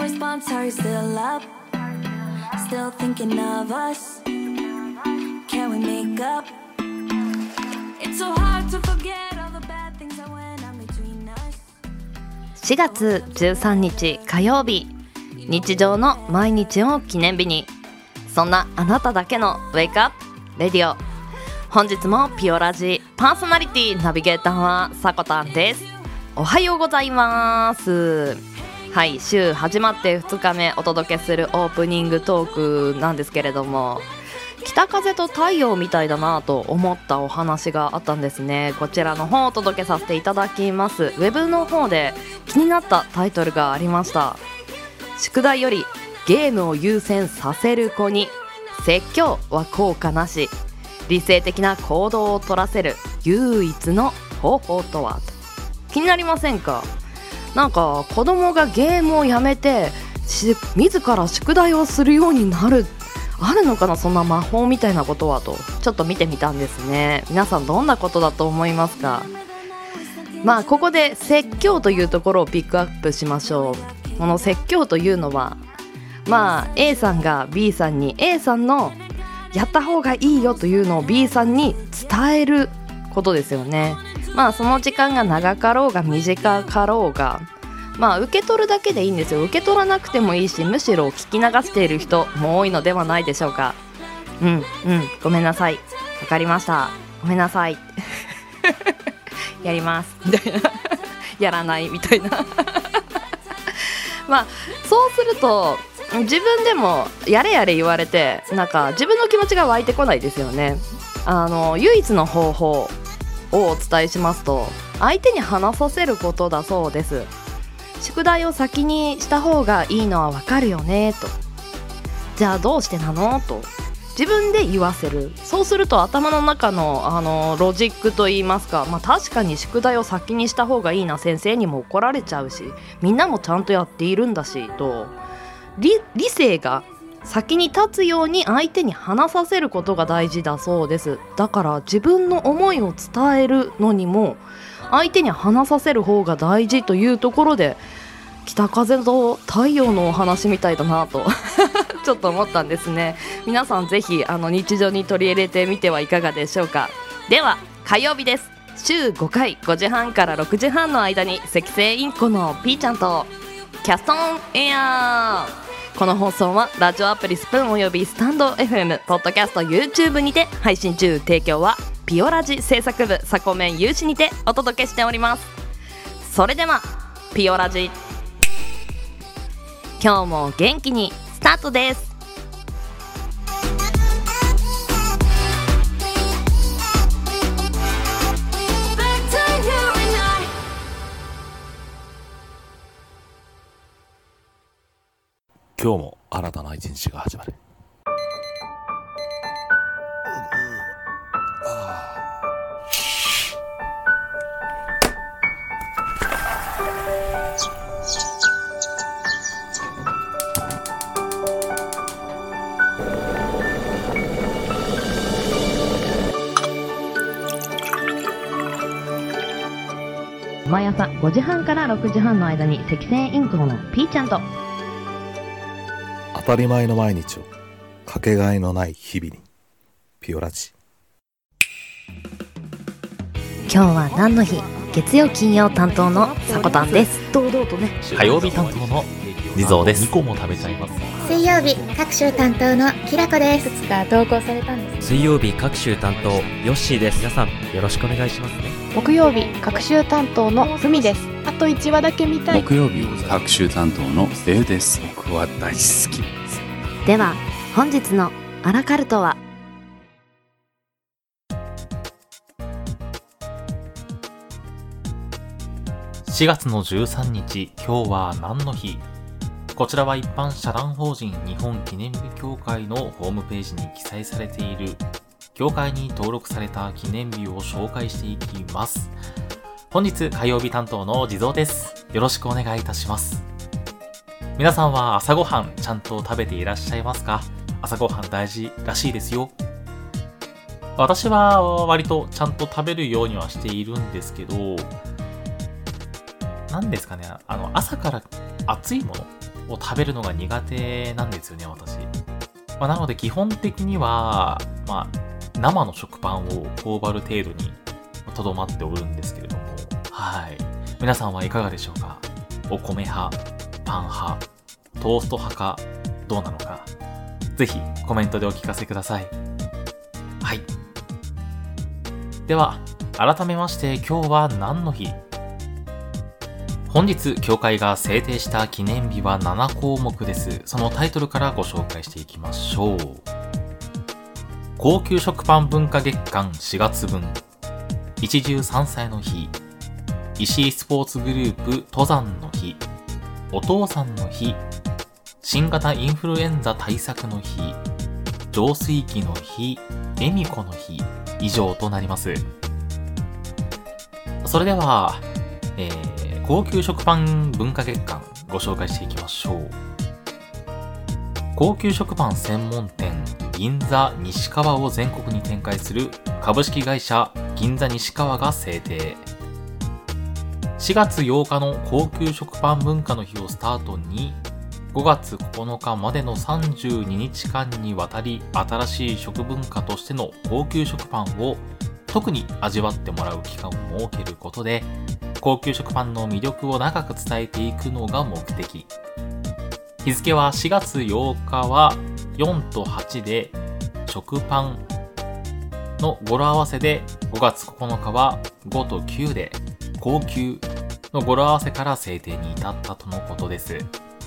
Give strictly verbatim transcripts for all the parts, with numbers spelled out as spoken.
response, are you still up? Still thinking of us? Can we make up? It's so hard to forget all the bad things that went on between us. しがつじゅうさんにち火曜日、日常の毎日を記念日に、そんなあなただけのウェイクアップレディオ。本日もピオラジパーソナリティナビゲーターはさこたんです。おはようございます。はい、週始まってふつかめお届けするオープニングトークなんですけれども、北風と太陽みたいだなと思ったお話があったんですね。こちらの方をお届けさせていただきます。ウェブの方で気になったタイトルがありました。宿題よりゲームを優先させる子に説教は効果なし、理性的な行動を取らせる唯一の方法とは。気になりませんか？なんか子供がゲームをやめて自ら宿題をするようになる、あるのかな、そんな魔法みたいなことはとちょっと見てみたんですね。皆さんどんなことだと思いますか？まあここで説教というところをピックアップしましょう。この説教というのは、まあ A さんが B さんに A さんのやった方がいいよというのを B さんに伝えることですよね。まあその時間が長かろうが短かろうが、まあ受け取るだけでいいんですよ。受け取らなくてもいいし、むしろ聞き流している人も多いのではないでしょうか。うんうん、ごめんなさい、わかりました、ごめんなさいやりますみたいなやらないみたいなまあそうすると自分でもやれやれ言われて、なんか自分の気持ちが湧いてこないですよね。あの唯一の方法をお伝えしますと、相手に話させることだそうです。宿題を先にした方がいいのはわかるよねと。じゃあどうしてなのと自分で言わせる。そうすると頭の中の、あのロジックといいますか、まあ、確かに宿題を先にした方がいいな、先生にも怒られちゃうし、みんなもちゃんとやっているんだしと、 理, 理性が先に立つように相手に話させることが大事だそうです。だから自分の思いを伝えるのにも相手に話させる方が大事というところで、北風と太陽のお話みたいだなとちょっと思ったんですね。皆さんぜひあの日常に取り入れてみてはいかがでしょうか。では火曜日です。週ごかいごじはんからろくじはんの間に赤星インコのピーちゃんとキャストオンエアー。この放送はラジオアプリスプーンおよびスタンド エフエム、 ポッドキャスト YouTube にて配信中。提供はピオラジ制作部サコメン有志にてお届けしております。それではピオラジ、今日も元気にスタートです。 今日も新たな一日が始まる。 毎朝ごじはんからろくじはんの間に赤星インコのピーちゃんと当たり前の毎日をかけがえのない日々に。ピオラジ。 今日は何の日？月曜金曜担当のさこたんです。堂々とね。 火曜日担当の地蔵です。にこも食べちゃいます。 水曜日各週担当のきらこです。 いくつか投稿されたんです。 水曜日各週担当ヨッシーです。皆さんよろしくお願いしますね。 木曜日各週担当のふみです。あといちわだけ見たい。 木曜日各週担当のレイです。僕は大好きです。 では本日のアラカルトは、 しがつのじゅうさんにち、今日は何の日？こちらは一般社団法人日本記念日協会のホームページに記載されている協会に登録された記念日を紹介していきます。本日火曜日担当の地蔵です。よろしくお願いいたします。皆さんは朝ごはんちゃんと食べていらっしゃいますか？朝ごはん大事らしいですよ。私は割とちゃんと食べるようにはしているんですけど、何ですかね、あの朝から熱いものを食べるのが苦手なんですよね、私。まあ、なので基本的には、まあ、生の食パンを頬張る程度にとどまっておるんですけれども、はい。皆さんはいかがでしょうか？お米派、パン派、トースト派か、どうなのか、ぜひコメントでお聞かせください。はい。では、改めまして今日は何の日？本日、協会が制定した記念日はななこうもくです。そのタイトルからご紹介していきましょう。高級食パン文化月間しがつぶん、一汁三菜の日、石井スポーツグループ登山の日、お父さんの日、新型インフルエンザ対策の日、浄水器の日、恵美子の日、以上となります。それでは、えー、高級食パン文化月間ご紹介していきましょう。高級食パン専門店銀座西川を全国に展開する株式会社銀座西川が制定。しがつようかの高級食パン文化の日をスタートに、ごがつここのかまでのさんじゅうににちかんにわたり、新しい食文化としての高級食パンを特に味わってもらう期間を設けることで、高級食パンの魅力を長く伝えていくのが目的。日付はしがつようかはよんとはちで食パンの語呂合わせで、ごがつここのかはごときゅうで高級の語呂合わせから制定に至ったとのことです。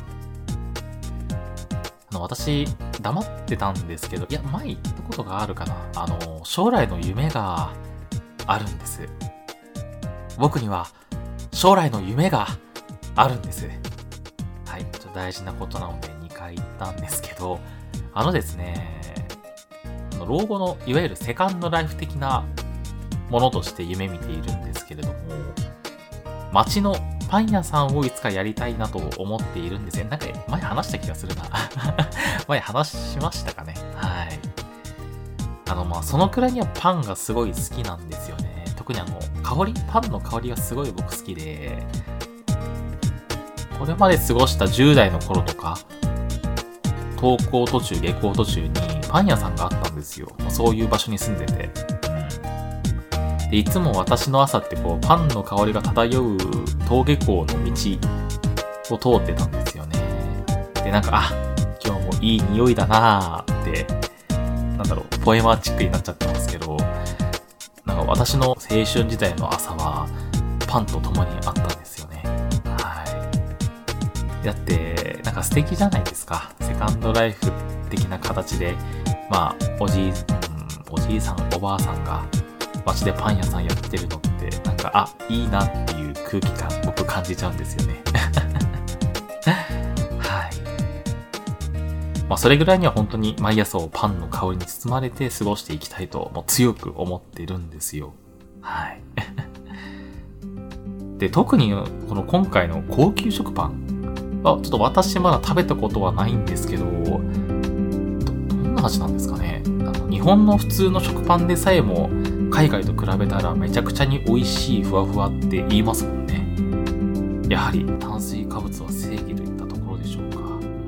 あの私黙ってたんですけど、いや前言ったことがあるかな。あの将来の夢があるんです。僕には将来の夢があるんです。はい、ちょっと大事なことなのでにかい言ったんですけど、あのですね、老後のいわゆるセカンドライフ的なものとして夢見ているんですけれども、街のパン屋さんをいつかやりたいなと思っているんですよ。なんか前話した気がするな。前話しましたかね。はい。あのまあそのくらいにはパンがすごい好きなんですよね。特にあの香り、パンの香りがすごい僕好きで、これまで過ごしたじゅう代の頃とか、登校途中、下校途中にパン屋さんがあったんですよ。そういう場所に住んでて。うん、でいつも私の朝ってこうパンの香りが漂う登下校の道を通ってたんですよね。で、なんか、あ、今日もいい匂いだなーって、なんだろう、ポエマーチックになっちゃってますけど、なんか私の青春時代の朝はパンと共にあったんですよね。はい。だって、なんか素敵じゃないですか。セカンドライフ的な形で、まあ、おじい、うん、おじいさん、おばあさんが街でパン屋さんやってるのって、なんか、あ、いいなっていう空気感、僕感じちゃうんですよね。はい。まあ、それぐらいには本当に毎朝をパンの香りに包まれて過ごしていきたいと、もう強く思っているんですよ。はい。で、特にこの今回の高級食パン、あ、ちょっと私まだ食べたことはないんですけど、ど、どんな味なんですかね。あの日本の普通の食パンでさえも海外と比べたらめちゃくちゃに美味しいふわふわって言いますもんね。やはり炭水化物は正義といったところでしょうか。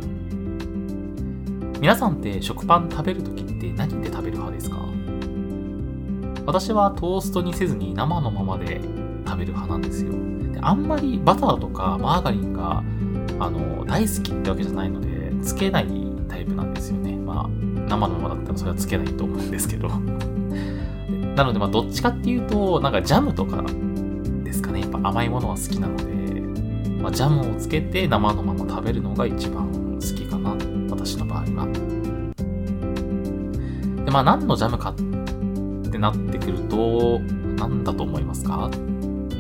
皆さんって食パン食べるときって何で食べる派ですか？私はトーストにせずに生のままで食べる派なんですよ。で、あんまりバターとかマーガリンがあの大好きってわけじゃないのでつけないタイプなんですよね。まあ生のままだったらそれはつけないと思うんですけどなのでまあどっちかっていうとなんかジャムとかですかね。やっぱ甘いものは好きなので、まあ、ジャムをつけて生のまま食べるのが一番好きかな、私の場合は。でまあ何のジャムかってなってくると何だと思いますか？うんうん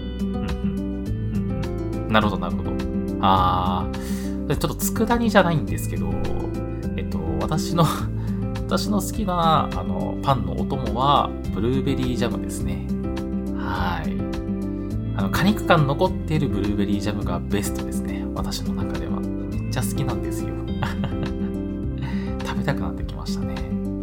うん、なるほどなるほど。あー、ちょっと佃煮じゃないんですけど、えっと、私の、私の好きな、あの、パンのお供は、ブルーベリージャムですね。はい。あの、果肉感残っているブルーベリージャムがベストですね。私の中では。めっちゃ好きなんですよ。食べたくなってきましたね。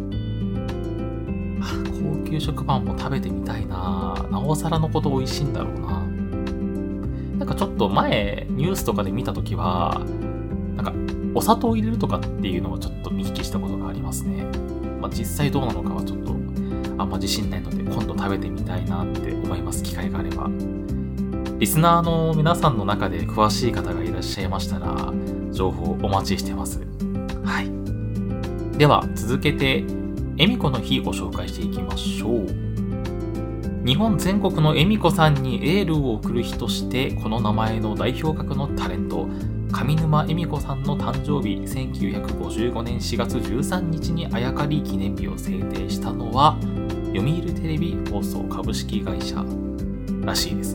高級食パンも食べてみたいな。なおさらのこと美味しいんだろうな。なんかちょっと前ニュースとかで見たときはなんかお砂糖を入れるとかっていうのをちょっと見聞きしたことがありますね。まあ、実際どうなのかはちょっとあんま自信ないので今度食べてみたいなって思います。機会があれば。リスナーの皆さんの中で詳しい方がいらっしゃいましたら情報お待ちしてます。はい。では続けて恵美子の日を紹介していきましょう。日本全国の恵美子さんにエールを送る日としてこの名前の代表格のタレント上沼恵美子さんの誕生日せんきゅうひゃくごじゅうごねんしがつじゅうさんにちにあやかり記念日を制定したのは読売テレビ放送株式会社らしいです。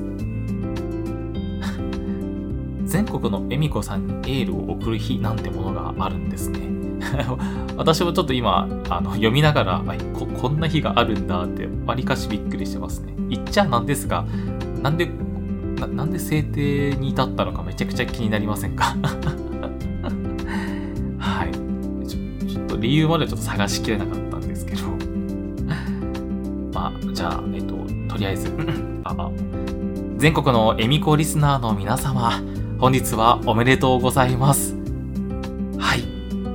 全国の恵美子さんにエールを送る日なんてものがあるんですね。私もちょっと今あの読みながらこ、こんな日があるんだってわりかしびっくりしてますね。言っちゃなんですが、なんでな, なんで制定に至ったのかめちゃくちゃ気になりませんか？はいちょ。ちょっと理由までちょっと探しきれなかったんですけど。まあ、じゃあ、えっと、とりあえず、あ全国の恵美子リスナーの皆様、本日はおめでとうございます。はい。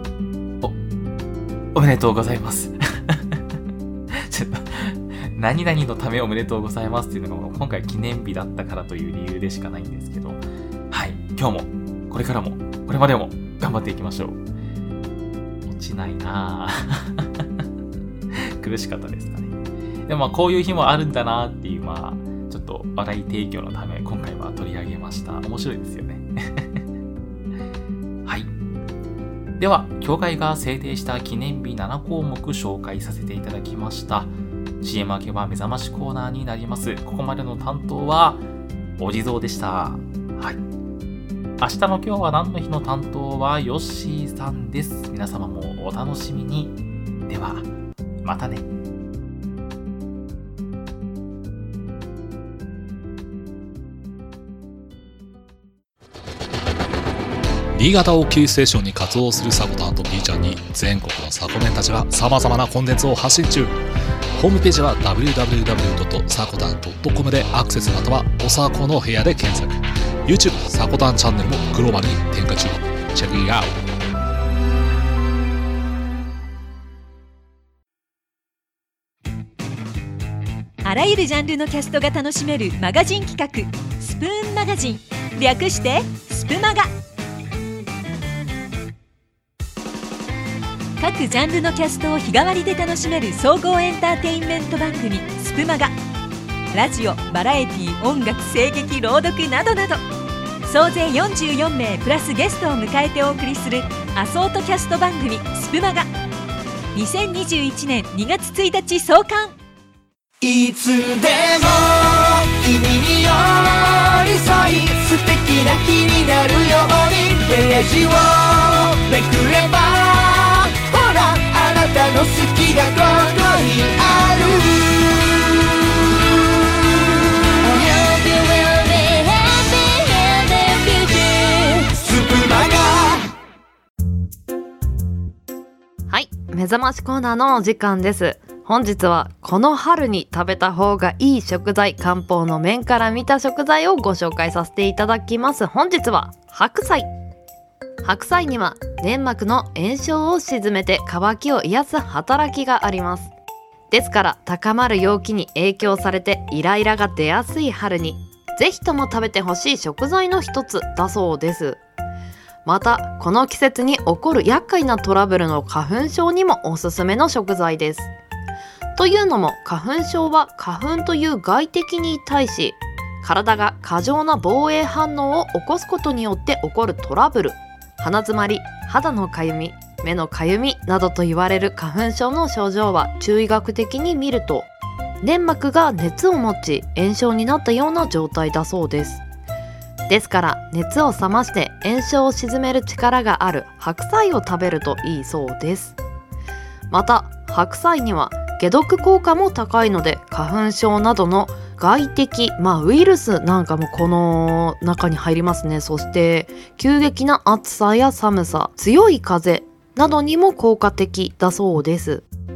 お、おめでとうございます。ちょっと、何々のためおめでとうございますっていうのが今回記念日だったからという理由でしかないんですけど、はい。今日も、これからも、これまでも頑張っていきましょう。落ちないなぁ。苦しかったですかね。でもまあこういう日もあるんだなっていう、まあ、ちょっと笑い提供のため今回は取り上げました。面白いですよね。はい。では、協会が制定した記念日ななこうもく紹介させていただきました。シーエム 明けは目覚ましコーナーになります。ここまでの担当は、お地蔵でした。はい。明日の今日は何の日の担当はヨッシーさんです。皆様もお楽しみに。では、またね。 新潟をキーステーションに活動するサコタンと B ちゃんに全国のサコメンたちがさまざまなコンテンツを発信中。ホームページは ダブリューダブリューダブリュードットサコタンドットコム でアクセスまたはおさこの部屋で検索。 YouTube サコタンチャンネルもグローバルに展開中。チェックイットアウト。あらゆるジャンルのキャストが楽しめるマガジン企画スプーンマガジン、略してスプマガ。各ジャンルのキャストを日替わりで楽しめる総合エンターテインメント番組スプマガ。ラジオ、バラエティ、音楽、声劇、朗読などなど総勢よんじゅうよんめいプラスゲストを迎えてお送りするアソートキャスト番組スプマガ。にせんにじゅういちねんにがつついたち創刊。 いつでも君に寄り添い素敵な日になるようにページをめくればほらあなたの好きがここにある。 You will be happy in the future スプマガ。 はい、目覚ましコーナーのお時間です。本日はこの春に食べた方がいい食材、漢方の面から見た食材をご紹介させていただきます。本日は白菜。白菜には粘膜の炎症を鎮めて渇きを癒す働きがあります。ですから高まる陽気に影響されてイライラが出やすい春にぜひとも食べてほしい食材の一つだそうです。またこの季節に起こる厄介なトラブルの花粉症にもおすすめの食材です。というのも花粉症は花粉という外敵に対し体が過剰な防衛反応を起こすことによって起こるトラブル、鼻づまり、肌のかゆみ、目のかゆみなどと言われる花粉症の症状は中医学的に見ると粘膜が熱を持ち炎症になったような状態だそうです。ですから熱を冷まして炎症を鎮める力がある白菜を食べるといいそうです。また白菜には解毒効果も高いので花粉症などの外敵、まあウイルスなんかもこの中に入りますね。そして急激な暑さや寒さ、強い風などにも効果的だそうです。